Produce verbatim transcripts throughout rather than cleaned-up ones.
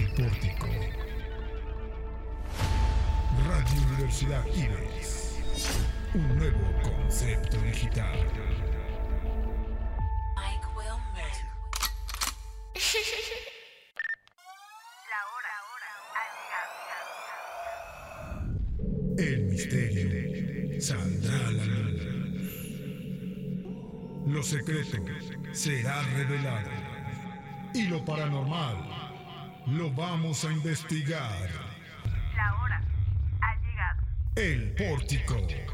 Pórtico. Radio Universidad Ives. Un nuevo concepto digital. Mike Wilmer. La hora, hora, ha llegado. El misterio saldrá a la luz. Lo secreto será revelado. Y lo paranormal lo vamos a investigar. La hora ha llegado. El Pórtico.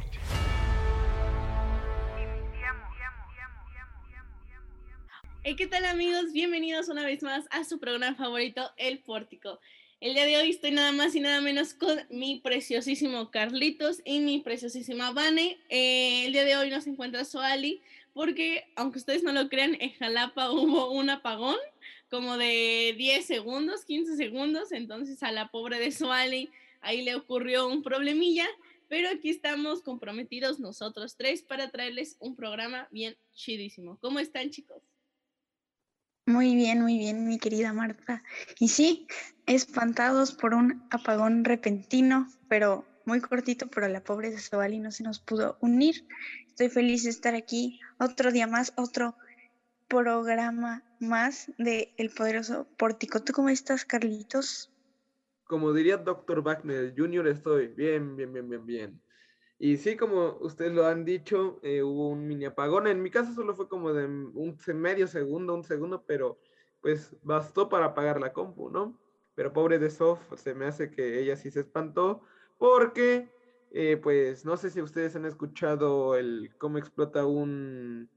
Hey, ¿qué tal, amigos? Bienvenidos una vez más a su programa favorito, El Pórtico. El día de hoy estoy nada más y nada menos con mi preciosísimo Carlitos y mi preciosísima Vane. Eh, el día de hoy nos encuentra Soali porque, aunque ustedes no lo crean, en Jalapa hubo un apagón como de diez segundos, quince segundos, entonces a la pobre de Soali ahí le ocurrió un problemilla, pero aquí estamos comprometidos nosotros tres para traerles un programa bien chidísimo. ¿Cómo están, chicos? Muy bien, muy bien, mi querida Marta. Y sí, espantados por un apagón repentino, pero muy cortito, pero la pobre de Soali no se nos pudo unir. Estoy feliz de estar aquí otro día más, otro programa más de El Poderoso Pórtico. ¿Tú cómo estás, Carlitos? Como diría doctor Wagner junior, estoy bien, bien, bien, bien, bien. Y sí, como ustedes lo han dicho, eh, hubo un mini apagón. En mi caso solo fue como de un medio segundo, un segundo, pero pues bastó para apagar la compu, ¿no? Pero pobre de Sof, se me hace que ella sí se espantó, porque, eh, pues, no sé si ustedes han escuchado el cómo explota un,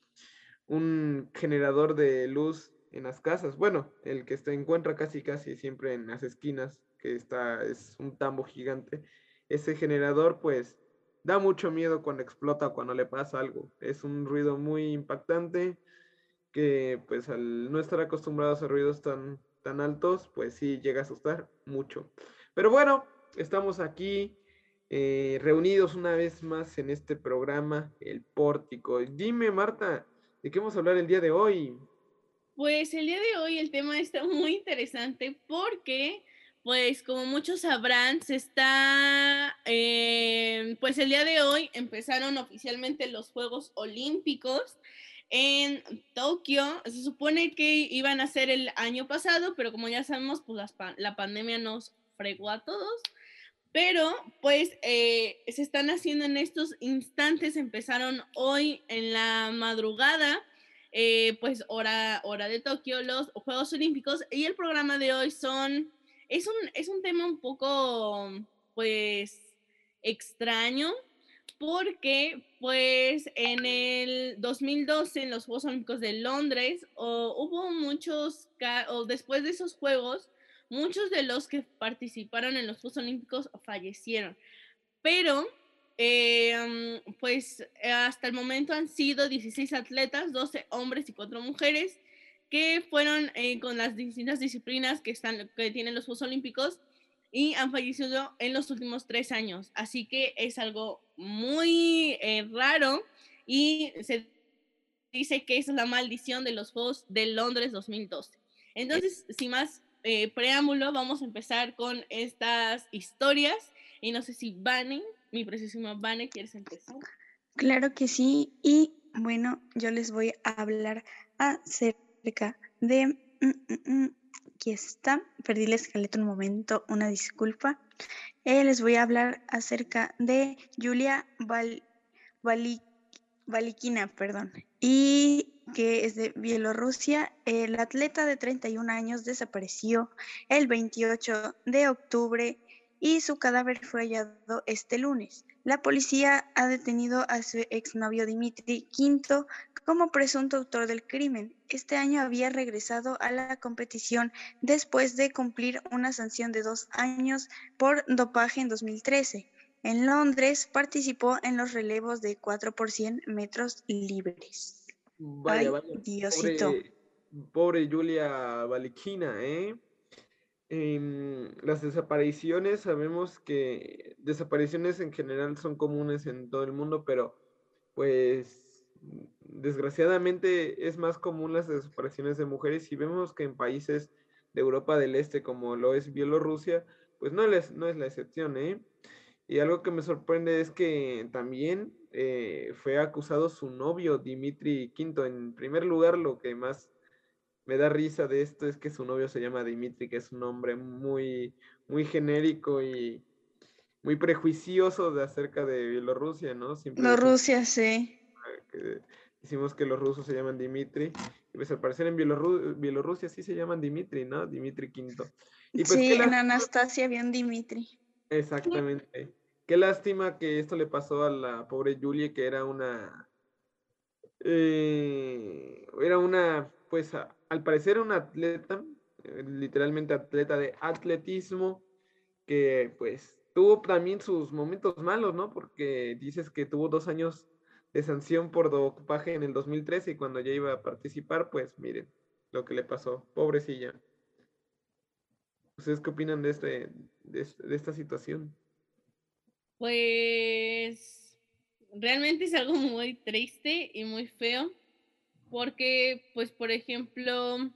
un generador de luz en las casas. Bueno, el que se encuentra casi casi siempre en las esquinas, que está, es un tambo gigante. Ese generador, pues, da mucho miedo cuando explota o cuando le pasa algo. Es un ruido muy impactante que, pues, al no estar acostumbrados a ruidos tan, tan altos, pues sí llega a asustar mucho. Pero bueno, estamos aquí eh, reunidos una vez más en este programa, El Pórtico. Dime, Marta, ¿de qué vamos a hablar el día de hoy? Pues el día de hoy el tema está muy interesante porque, pues como muchos sabrán, se está, eh, pues el día de hoy empezaron oficialmente los Juegos Olímpicos en Tokio. Se supone que iban a ser el año pasado, pero como ya sabemos, pues las pa- la pandemia nos fregó a todos. Pero pues eh, se están haciendo en estos instantes, empezaron hoy en la madrugada, eh, pues hora, hora de Tokio, los Juegos Olímpicos, y el programa de hoy son, es un, es un tema un poco pues extraño, porque pues en el dos mil doce, en los Juegos Olímpicos de Londres, oh, hubo muchos, o después de esos Juegos, muchos de los que participaron en los Juegos Olímpicos fallecieron, pero eh, pues hasta el momento han sido dieciséis atletas, doce hombres y cuatro mujeres, que fueron eh, con las distintas disciplinas que, están, que tienen los Juegos Olímpicos y han fallecido en los últimos tres años. Así que es algo muy eh, raro y se dice que esa es la maldición de los Juegos de Londres dos mil doce. Entonces, sin más eh, preámbulo, vamos a empezar con estas historias. Y no sé si Vane, mi preciosísima Vane, ¿quieres empezar? Claro que sí. Y bueno, yo les voy a hablar acerca de... Mm, mm, mm, aquí está. Perdí la escaleta un momento, una disculpa. Eh, les voy a hablar acerca de Julia Val, Vali, Valikina, perdón, y que es de Bielorrusia. El atleta de treinta y un años desapareció el veintiocho de octubre y su cadáver fue hallado este lunes. La policía ha detenido a su exnovio Dmitry Quinto como presunto autor del crimen. Este año había regresado a la competición después de cumplir una sanción de dos años por dopaje en dos mil trece. En Londres participó en los relevos de cuatro por cien metros libres. Vaya, Ay, vaya, Diosito. pobre, pobre Julia Valikina, ¿eh? Em, las desapariciones, sabemos que desapariciones en general son comunes en todo el mundo, pero pues desgraciadamente es más común las desapariciones de mujeres y vemos que en países de Europa del Este, como lo es Bielorrusia, pues no es, no es la excepción, ¿eh? Y algo que me sorprende es que también eh, fue acusado su novio, Dmitry Quinto. En primer lugar, lo que más me da risa de esto es que su novio se llama Dmitry, que es un nombre muy, muy genérico y muy prejuicioso de acerca de Bielorrusia, ¿no? Siempre Los decimos Rusia, sí. que, decimos que los rusos se llaman Dmitry, y pues al parecer en Bielorru Bielorrusia sí se llaman Dmitry, ¿no? Dmitry Quinto. Y pues qué Sí, en lástima, Anastasia había un Dimitri. exactamente, qué lástima que esto le pasó a la pobre Julie, que era una, eh, era una, pues a, al parecer una atleta, eh, literalmente atleta de atletismo, que pues tuvo también sus momentos malos, ¿no? Porque dices que tuvo dos años de sanción por dopaje en el dos mil trece y cuando ya iba a participar, pues miren lo que le pasó, pobrecilla. ¿Ustedes qué opinan de, este, de, este- de esta situación? Pues realmente es algo muy triste y muy feo porque, pues, por ejemplo,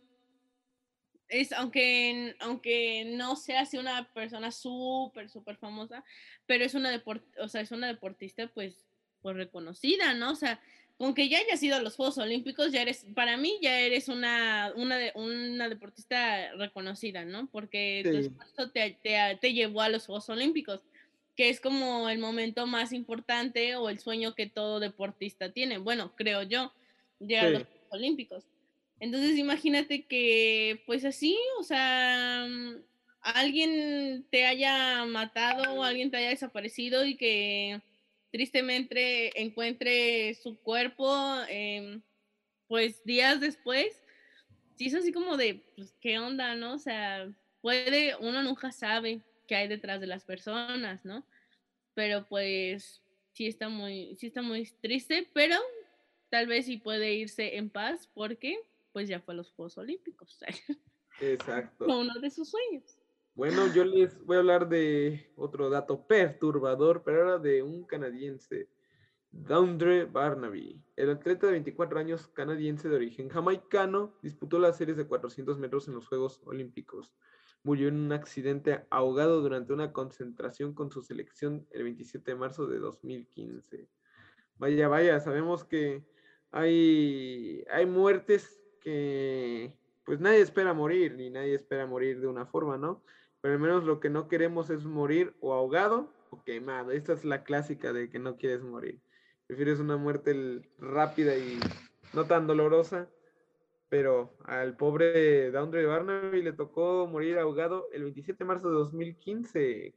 es aunque, aunque no sea así una persona súper, súper famosa, pero es una deport, o sea, es una deportista, pues, pues reconocida, ¿no? O sea, con que ya hayas ido a los Juegos Olímpicos, ya eres, para mí ya eres una, una, de- una deportista reconocida, ¿no? Porque tu Sí, esfuerzo te, te, te llevó a los Juegos Olímpicos, que es como el momento más importante o el sueño que todo deportista tiene. Bueno, creo yo, llegar a los sí, Juegos Olímpicos. Entonces imagínate que, pues así, o sea, mm, alguien te haya matado o alguien te haya desaparecido y que tristemente encuentre su cuerpo, em, pues días después, sí es así como de, pues, ¿qué onda, no? O sea, puede, uno nunca sabe qué hay detrás de las personas, ¿no? Pero pues sí está muy, sí está muy triste, pero tal vez sí puede irse en paz porque pues ya fue a los Juegos Olímpicos, exacto. uno de sus sueños. Bueno, yo les voy a hablar de otro dato perturbador, pero ahora de un canadiense, Dondre Barnaby. El atleta de veinticuatro años canadiense de origen jamaicano disputó las series de cuatrocientos metros en los Juegos Olímpicos. Murió en un accidente ahogado durante una concentración con su selección el veintisiete de marzo de dos mil quince. Vaya, vaya, sabemos que hay, hay muertes que pues nadie espera morir, ni nadie espera morir de una forma, ¿no? Pero al menos lo que no queremos es morir o ahogado o quemado. Esta es la clásica de que no quieres morir. Prefieres una muerte rápida y no tan dolorosa, pero al pobre Dondre Barnaby le tocó morir ahogado el veintisiete de marzo de dos mil quince.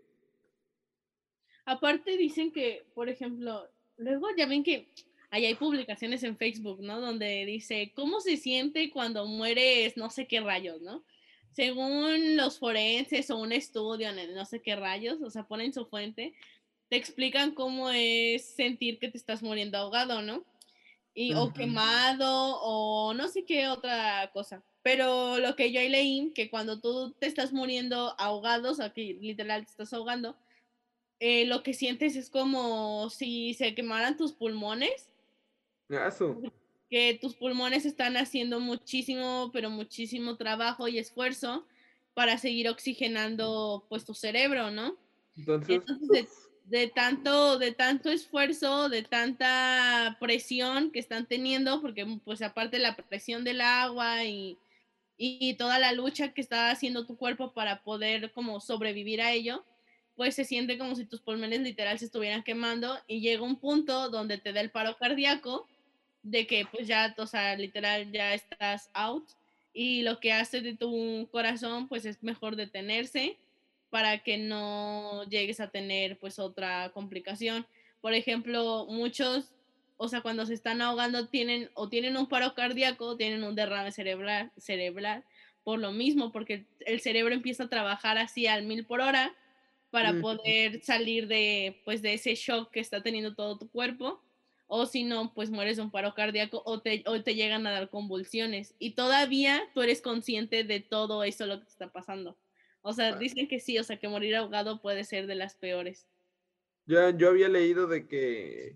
Aparte dicen que, por ejemplo, luego ya ven que ahí hay publicaciones en Facebook, ¿no? Donde dice, ¿cómo se siente cuando mueres no sé qué rayos, ¿no? Según los forenses o un estudio en no sé qué rayos, o sea, ponen su fuente, te explican cómo es sentir que te estás muriendo ahogado, ¿no? Y, o Ujú. quemado, o no sé qué otra cosa. Pero lo que yo ahí leí, que cuando tú te estás muriendo ahogado, o sea, que literal te estás ahogando, eh, lo que sientes es como si se quemaran tus pulmones, Gaso. que tus pulmones están haciendo muchísimo, pero muchísimo trabajo y esfuerzo para seguir oxigenando pues tu cerebro, ¿no? Entonces, Entonces, de, de tanto, de tanto esfuerzo, de tanta presión que están teniendo, porque pues aparte la presión del agua y, y toda la lucha que está haciendo tu cuerpo para poder como sobrevivir a ello, pues se siente como si tus pulmones literal se estuvieran quemando y llega un punto donde te da el paro cardíaco de que pues ya, o sea, literal ya estás out y lo que hace de tu corazón pues es mejor detenerse para que no llegues a tener pues otra complicación. Por ejemplo, muchos, o sea, cuando se están ahogando tienen o tienen un paro cardíaco o tienen un derrame cerebral, cerebral por lo mismo, porque el cerebro empieza a trabajar así al mil por hora para mm, poder salir de pues de ese shock que está teniendo todo tu cuerpo o si no, pues mueres de un paro cardíaco o te, o te llegan a dar convulsiones y todavía tú eres consciente de todo eso lo que te está pasando. O sea, dicen que sí, o sea, que morir ahogado puede ser de las peores. ya, yo había leído de que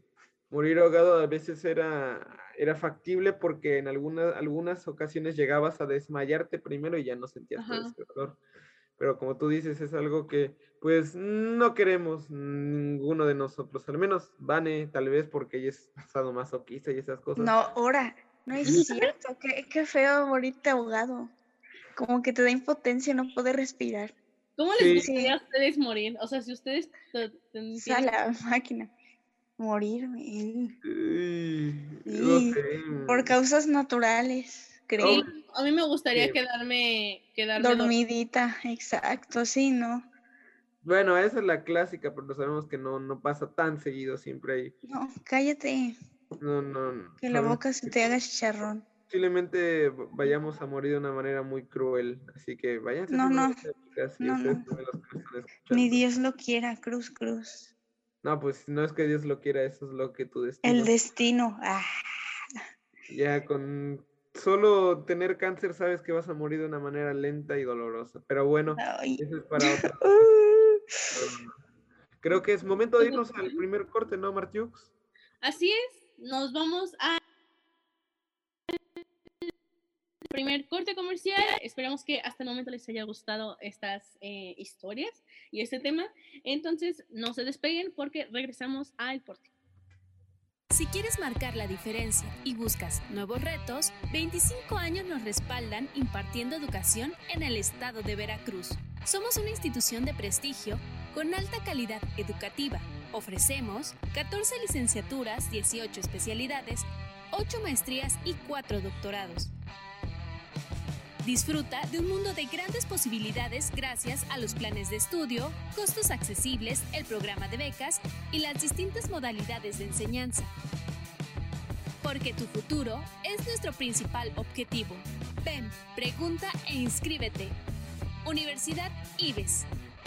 morir ahogado a veces era, era factible porque en algunas, algunas ocasiones llegabas a desmayarte primero y ya no sentías todo Ajá. ese dolor. Pero como tú dices, es algo que pues no queremos ninguno de nosotros, al menos Vane, tal vez porque ella es sadomasoquista y esas cosas. No, ahora, no es cierto. Qué, qué feo morirte ahogado. Como que te da impotencia no poder respirar. ¿Cómo les Sí. gustaría a Sí, ustedes morir? O sea, si ustedes te- te- esa tienen... la máquina. Morirme. Uy, no Sí, sé. por causas naturales, creo. Sí, Hombre, a mí me gustaría sí. quedarme, quedarme dormida. Dormidita, exacto, sí, ¿no? Bueno, esa es la clásica, pero sabemos que no, no pasa tan seguido, siempre hay. No, cállate, No, no, no, que la sabemos boca se que te haga chicharrón. posiblemente vayamos a morir de una manera muy cruel. Así que váyanse No, haciendo no, las técnicas y no, ustedes no. también los que están Ni escuchando. Dios lo quiera, cruz, cruz. No, pues no es que Dios lo quiera, eso es lo que tu El destino. destino. Ah, Ya con solo tener cáncer sabes que vas a morir de una manera lenta y dolorosa. Pero bueno, ay. eso es para otra. Creo que es momento de irnos al primer corte, ¿no, Martiux? Así es, nos vamos al primer corte comercial. Esperamos que hasta el momento les haya gustado estas eh, historias y este tema. Entonces, no se despeguen porque regresamos al corte. Si quieres marcar la diferencia y buscas nuevos retos, veinticinco años nos respaldan impartiendo educación en el estado de Veracruz. Somos una institución de prestigio con alta calidad educativa. Ofrecemos catorce licenciaturas, dieciocho especialidades, ocho maestrías y cuatro doctorados. Disfruta de un mundo de grandes posibilidades gracias a los planes de estudio, costos accesibles, el programa de becas y las distintas modalidades de enseñanza. Porque tu futuro es nuestro principal objetivo. Ven, pregunta e inscríbete. Universidad IBES.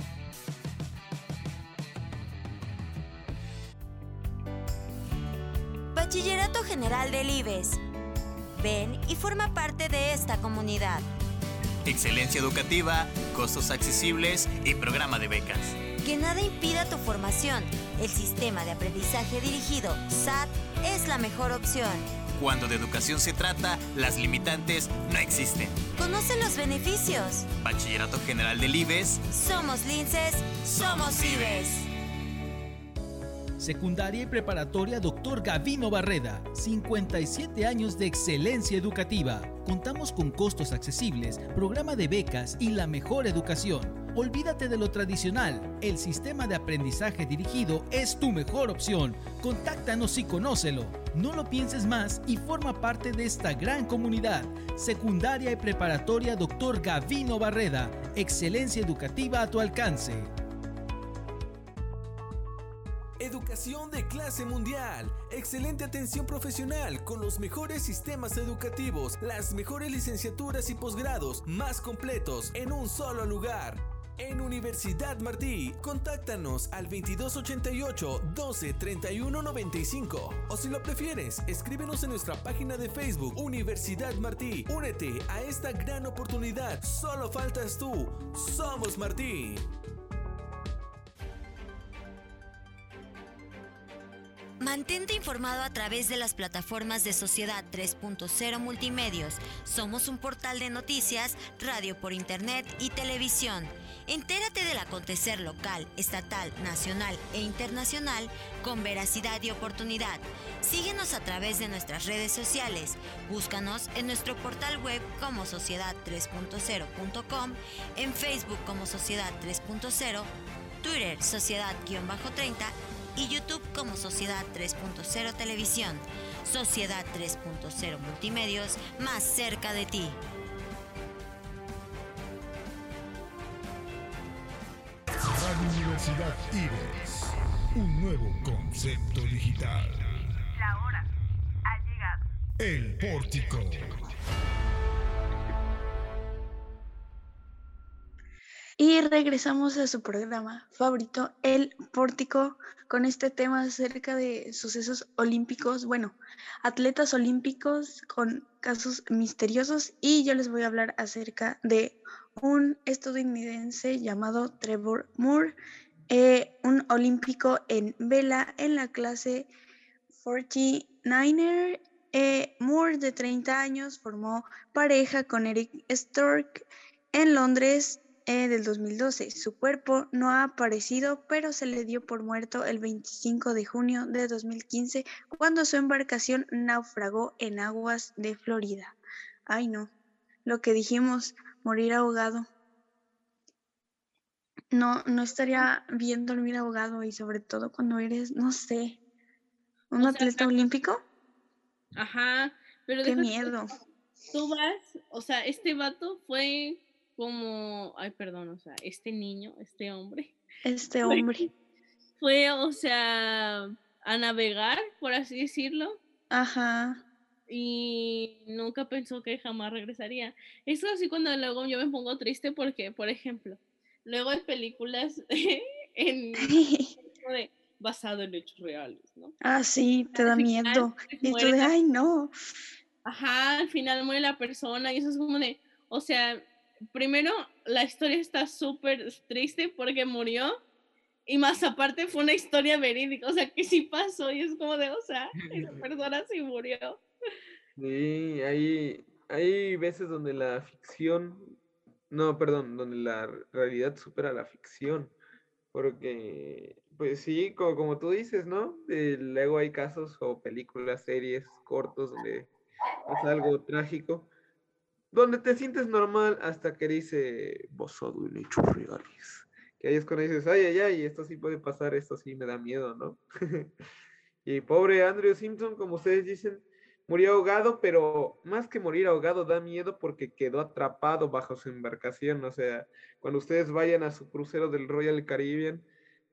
Bachillerato General del IBES. Ven y forma parte de esta comunidad. Excelencia educativa, costos accesibles y programa de becas. Que nada impida tu formación. El sistema de aprendizaje dirigido, S A T, es la mejor opción. Cuando de educación se trata, las limitantes no existen. Conoce los beneficios. Bachillerato General del IBES. Somos linces, somos IBES. Secundaria y preparatoria Doctor Gavino Barreda, cincuenta y siete años de excelencia educativa. Contamos con costos accesibles, programa de becas y la mejor educación. Olvídate de lo tradicional, el sistema de aprendizaje dirigido es tu mejor opción. Contáctanos y conócelo. No lo pienses más y forma parte de esta gran comunidad. Secundaria y preparatoria Doctor Gavino Barreda, excelencia educativa a tu alcance. Educación de clase mundial, excelente atención profesional con los mejores sistemas educativos, las mejores licenciaturas y posgrados más completos en un solo lugar. En Universidad Martí, contáctanos al veintidós ochenta y ocho, doce, treinta y uno, noventa y cinco. O si lo prefieres, escríbenos en nuestra página de Facebook Universidad Martí. Únete a esta gran oportunidad, solo faltas tú. Somos Martí. Mantente informado a través de las plataformas de Sociedad tres punto cero Multimedios. Somos un portal de noticias, radio por internet y televisión. Entérate del acontecer local, estatal, nacional e internacional con veracidad y oportunidad. Síguenos a través de nuestras redes sociales. Búscanos en nuestro portal web como sociedad tres punto cero punto com, en Facebook como Sociedad tres punto cero, Twitter Sociedad-treinta y YouTube como Sociedad tres punto cero Televisión. Sociedad tres punto cero Multimedios, más cerca de ti. Radio Universidad IBES, un nuevo concepto digital. La hora ha llegado. El Pórtico. Y regresamos a su programa favorito, El Pórtico, con este tema acerca de sucesos olímpicos, bueno, atletas olímpicos con casos misteriosos, y yo les voy a hablar acerca de un estadounidense llamado Trevor Moore, eh, un olímpico en vela en la clase cuarenta y nueve er eh, Moore, de treinta años, formó pareja con Eric Stork en Londres eh, del dos mil doce. Su cuerpo no ha aparecido, pero se le dio por muerto el veinticinco de junio de dos mil quince, cuando su embarcación naufragó en aguas de Florida. Ay, no, lo que dijimos, morir ahogado. No, no estaría bien dormir ahogado, y sobre todo cuando eres, no sé, un O sea, atleta olímpico. Ajá, pero Qué deja tú miedo. eso. Tú vas, o sea, este vato fue como, ay, perdón, o sea, este niño, este hombre, Este fue, hombre. fue, o sea, a navegar, por así decirlo, Ajá. y nunca pensó que jamás regresaría. Es así cuando luego yo me pongo triste porque, por ejemplo, luego hay películas en como de basado en hechos reales, ¿no? Ah, sí, te Al da final, miedo. pues, Y tú muere de, la, ay, no. ajá, al final muere la persona y eso es como de, o sea, primero la historia está súper triste porque murió y más aparte fue una historia verídica, o sea, que sí pasó y es como de, o sea, esa persona sí murió. Sí, hay, hay veces donde la ficción, no, perdón, donde la realidad supera la ficción, porque, pues sí, como, como tú dices, ¿no? Eh, luego hay casos o películas, series, cortos donde pasa algo trágico, donde te sientes normal hasta que dice basado en hechos reales. Que ahí es cuando dices, ay, ay, ay, esto sí puede pasar, esto sí me da miedo, ¿no? Y pobre Andrew Simpson, como ustedes dicen, murió ahogado, pero más que morir ahogado da miedo porque quedó atrapado bajo su embarcación. O sea, cuando ustedes vayan a su crucero del Royal Caribbean,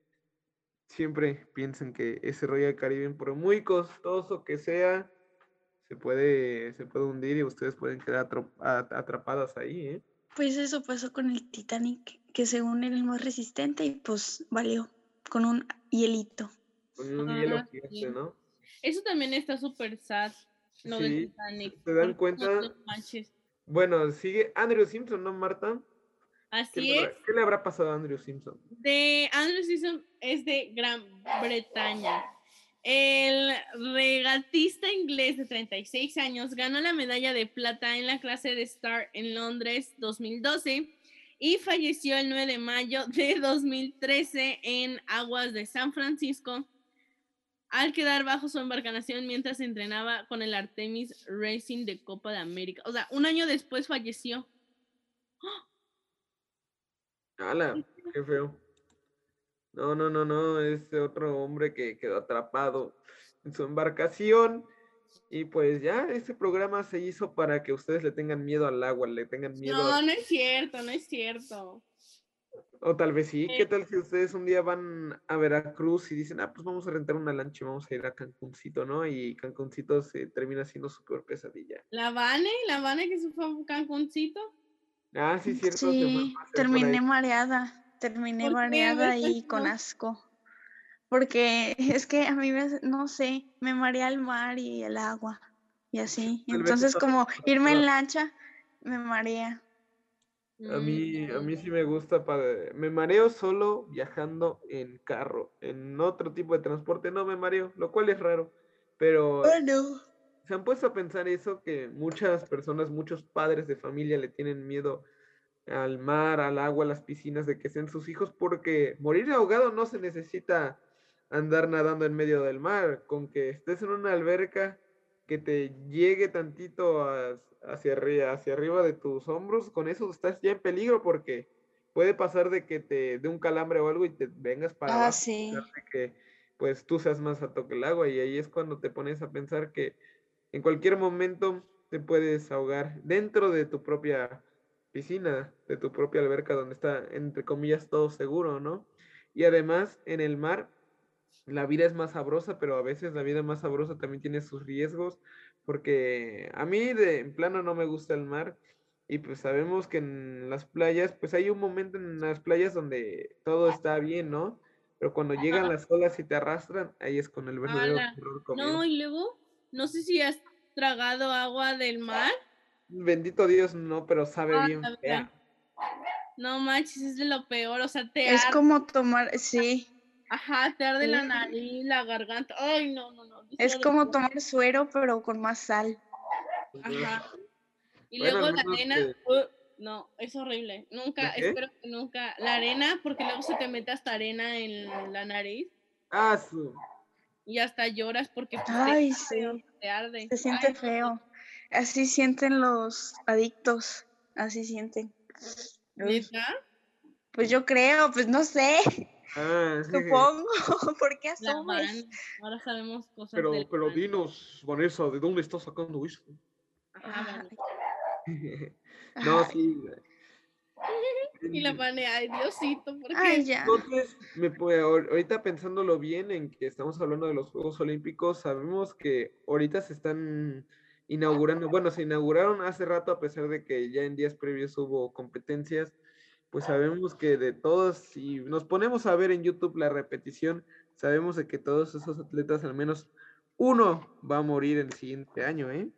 siempre piensen que ese Royal Caribbean, por muy costoso que sea, se puede, se puede hundir y ustedes pueden quedar atrop- a- atrapadas ahí, ¿eh? Pues eso pasó con el Titanic, que según era el más resistente y pues valió con un hielito. Con un hielo Ah, gigante, sí. ¿no? Eso también está súper sad, lo del Sí, Titanic. ¿se dan Porque no cuenta? no manches. Bueno, sigue Andrew Simpson, ¿no, Marta? ¿Qué le Así es. habrá, qué le habrá pasado a Andrew Simpson? De Andrew Simpson es de Gran Bretaña. El regatista inglés de treinta y seis años ganó la medalla de plata en la clase de Star en Londres dos mil doce y falleció el nueve de mayo de dos mil trece en aguas de San Francisco al quedar bajo su embarcación mientras se entrenaba con el Artemis Racing de Copa de América. O sea, un año después falleció. ¡Hala! ¡Qué feo! No, no, no, no, es otro hombre que quedó atrapado en su embarcación. Y pues ya, este programa se hizo para que ustedes le tengan miedo al agua, le tengan miedo a... No, no es cierto, no es cierto. O tal vez sí, ¿qué Eh, tal si ustedes un día van a Veracruz y dicen, ah, pues vamos a rentar una lancha y vamos a ir a Cancuncito, ¿no? Y Cancuncito se termina siendo su peor pesadilla. La Vane, la Vane que se fue a Cancuncito. Ah, sí, cierto, se fue a Sí, pasear por ahí. terminé mareada, terminé ¿Por qué? A mareada ver, y con cuéntanos. asco. Porque es que a mí, me, no sé, me marea el mar y el agua y así. Tal vez Entonces, está como irme en acostumbrado. lancha, me marea. A mí, a Mm, mí sí me gusta, pa- me mareo solo viajando en carro, en otro tipo de transporte no me mareo, lo cual es raro, pero Bueno. se han puesto a pensar eso, que muchas personas, muchos padres de familia le tienen miedo al mar, al agua, a las piscinas, de que sean sus hijos, porque morir ahogado no se necesita andar nadando en medio del mar, con que estés en una alberca que te llegue tantito a- hacia arriba, hacia arriba de tus hombros, con eso estás ya en peligro porque puede pasar de que te dé un calambre o algo y te vengas para Ah, abajo, a pesar sí. de que pues tú seas más alto que el agua y ahí es cuando te pones a pensar que en cualquier momento te puedes ahogar dentro de tu propia piscina, de tu propia alberca donde está, entre comillas, todo seguro, ¿no? Y además, en el mar, la vida es más sabrosa, pero a veces la vida más sabrosa también tiene sus riesgos, porque a mí de en plano no me gusta el mar, y pues sabemos que en las playas, pues hay un momento en las playas donde todo está bien, ¿no? Pero cuando llegan ajá, las olas y te arrastran, ahí es cuando el verdadero ala. terror No, comienza. y luego, no sé si has tragado agua del mar. Bendito Dios, no, pero sabe Ah, bien la verdad. fea. No manches, es de lo peor, o sea, te Es arde. como tomar, sí. Ajá, te arde la nariz, la garganta. Ay, no, no, no. Es como tomar suero, pero con más sal. Ajá. Y Bueno, luego al la menos arena, que- uh, no, es horrible. Nunca, ¿La qué? espero que nunca. La arena, porque luego se te mete hasta arena en la nariz Ah, su. y hasta lloras porque pues, Ay, te, sí. te arde. Se siente Ay, feo. Así sienten los adictos. Así sienten. Uy, ¿neta? pues yo creo, pues no sé. Ah, Supongo. ¿Por qué La asumes? van. Ahora sabemos cosas pero, del pero van. dinos, Vanessa, ¿de dónde estás sacando eso? Ajá, Ay, Vane. No, ay, sí. Y la Vane, ay, Diosito, ¿por ay, qué? ya. Entonces, me, puede- ahor- ahorita pensándolo bien en que estamos hablando de los Juegos Olímpicos, sabemos que ahorita se están inaugurando, bueno, se inauguraron hace rato a pesar de que ya en días previos hubo competencias, pues sabemos que de todos, si nos ponemos a ver en YouTube la repetición, sabemos de que todos esos atletas, al menos uno va a morir el siguiente año, ¿eh?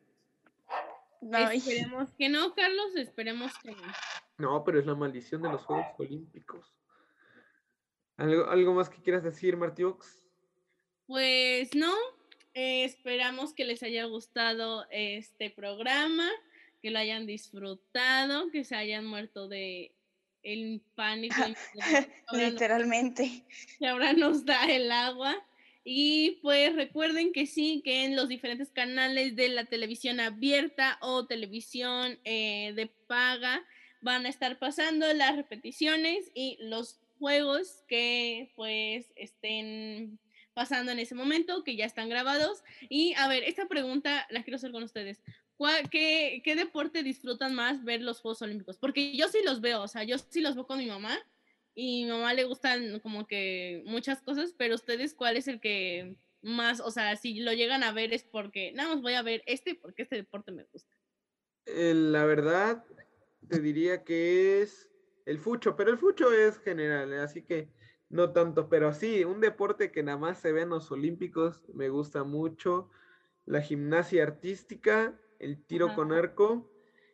Ay, Esperemos que no, Carlos, esperemos que no. No, pero es la maldición de los Juegos Olímpicos. ¿Algo, algo más que quieras decir, Martí Ox? Pues no, eh, esperamos que les haya gustado este programa, que lo hayan disfrutado, que se hayan muerto de el pánico y miedo que ahora nos- literalmente. que ahora nos da el agua. Y pues recuerden que sí, que en los diferentes canales de la televisión abierta o televisión eh, de paga van a estar pasando las repeticiones y los juegos que pues estén pasando en ese momento, que ya están grabados. Y a ver, esta pregunta la quiero hacer con ustedes. ¿Cuál- qué, ¿Qué deporte disfrutan más ver los Juegos Olímpicos? Porque yo sí los veo, o sea, yo sí los veo con mi mamá y a mi mamá le gustan como que muchas cosas, pero ustedes, ¿cuál es el que más, o sea, si lo llegan a ver es porque, nada más voy a ver este porque este deporte me gusta? Eh, la verdad, te diría que es el fucho, pero el fucho es general, ¿eh? Así que no tanto, pero sí, un deporte que nada más se ve en los Olímpicos, me gusta mucho, la gimnasia artística, el tiro Ajá. con arco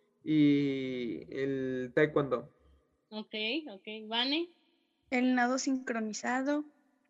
y el taekwondo. Ok, ok, Vane. El nado sincronizado.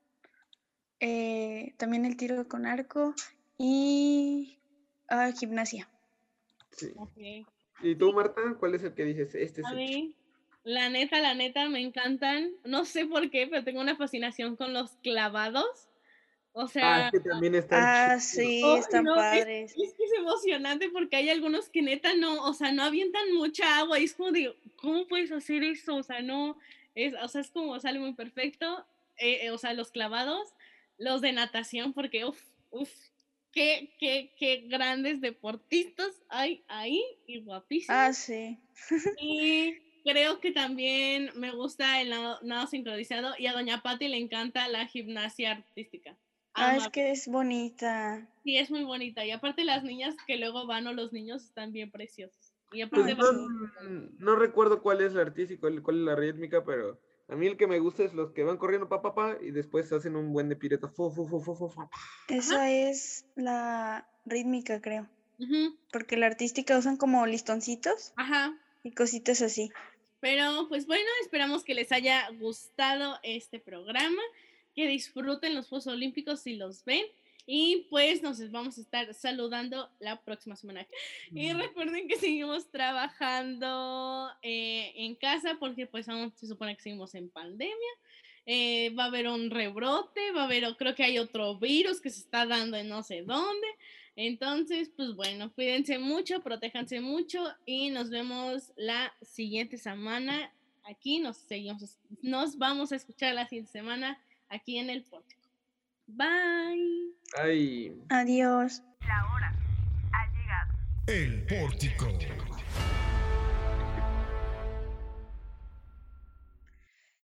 eh, también el tiro con arco. Y ah, gimnasia. Sí. Ok. ¿Y tú, Marta, cuál es el que dices? Este es A el mí, la neta, la neta, me encantan. No sé por qué, pero tengo una fascinación con los clavados. O Ah, sea, es que también están Ah, chidos. sí, oh, están no, es, padres. es que es emocionante porque hay algunos que neta no, o sea, no avientan mucha agua y es como de, ¿cómo puedes hacer eso? O sea, no, es, o sea, es como sale muy perfecto. Eh, eh, o sea, los clavados, los de natación, porque uff, uff, qué, qué, qué grandes deportistas hay ahí y guapísimos. Ah, sí. Y creo que también me gusta el nado, nado sincronizado y a Doña Patti le encanta la gimnasia artística. Ah, Ama, es que es bonita. sí, es muy bonita. Y aparte las niñas que luego van o los niños están bien preciosos. Y Pues aparte no, van- no recuerdo cuál es la artística, cuál, cuál es la rítmica, pero a mí el que me gusta es los que van corriendo pa, pa, pa, y después hacen un buen de pireta. Fu, fu, fu, fu, fu, fu. Esa es la rítmica, creo. Ujú, Porque la artística usan como listoncitos ajá. y cositas así. Pero pues bueno, esperamos que les haya gustado este programa, que disfruten los Juegos Olímpicos si los ven. Y pues nos vamos a estar saludando la próxima semana. Y recuerden que seguimos trabajando eh, en casa porque pues aún se supone que seguimos en pandemia. Eh, va a haber un rebrote, va a haber, creo que hay otro virus que se está dando en no sé dónde. Entonces, pues bueno, cuídense mucho, protéjanse mucho y nos vemos la siguiente semana. Aquí nos seguimos, nos vamos a escuchar la siguiente semana aquí en el Pórtico. Bye. Ay. Adiós. La hora ha llegado. El Pórtico.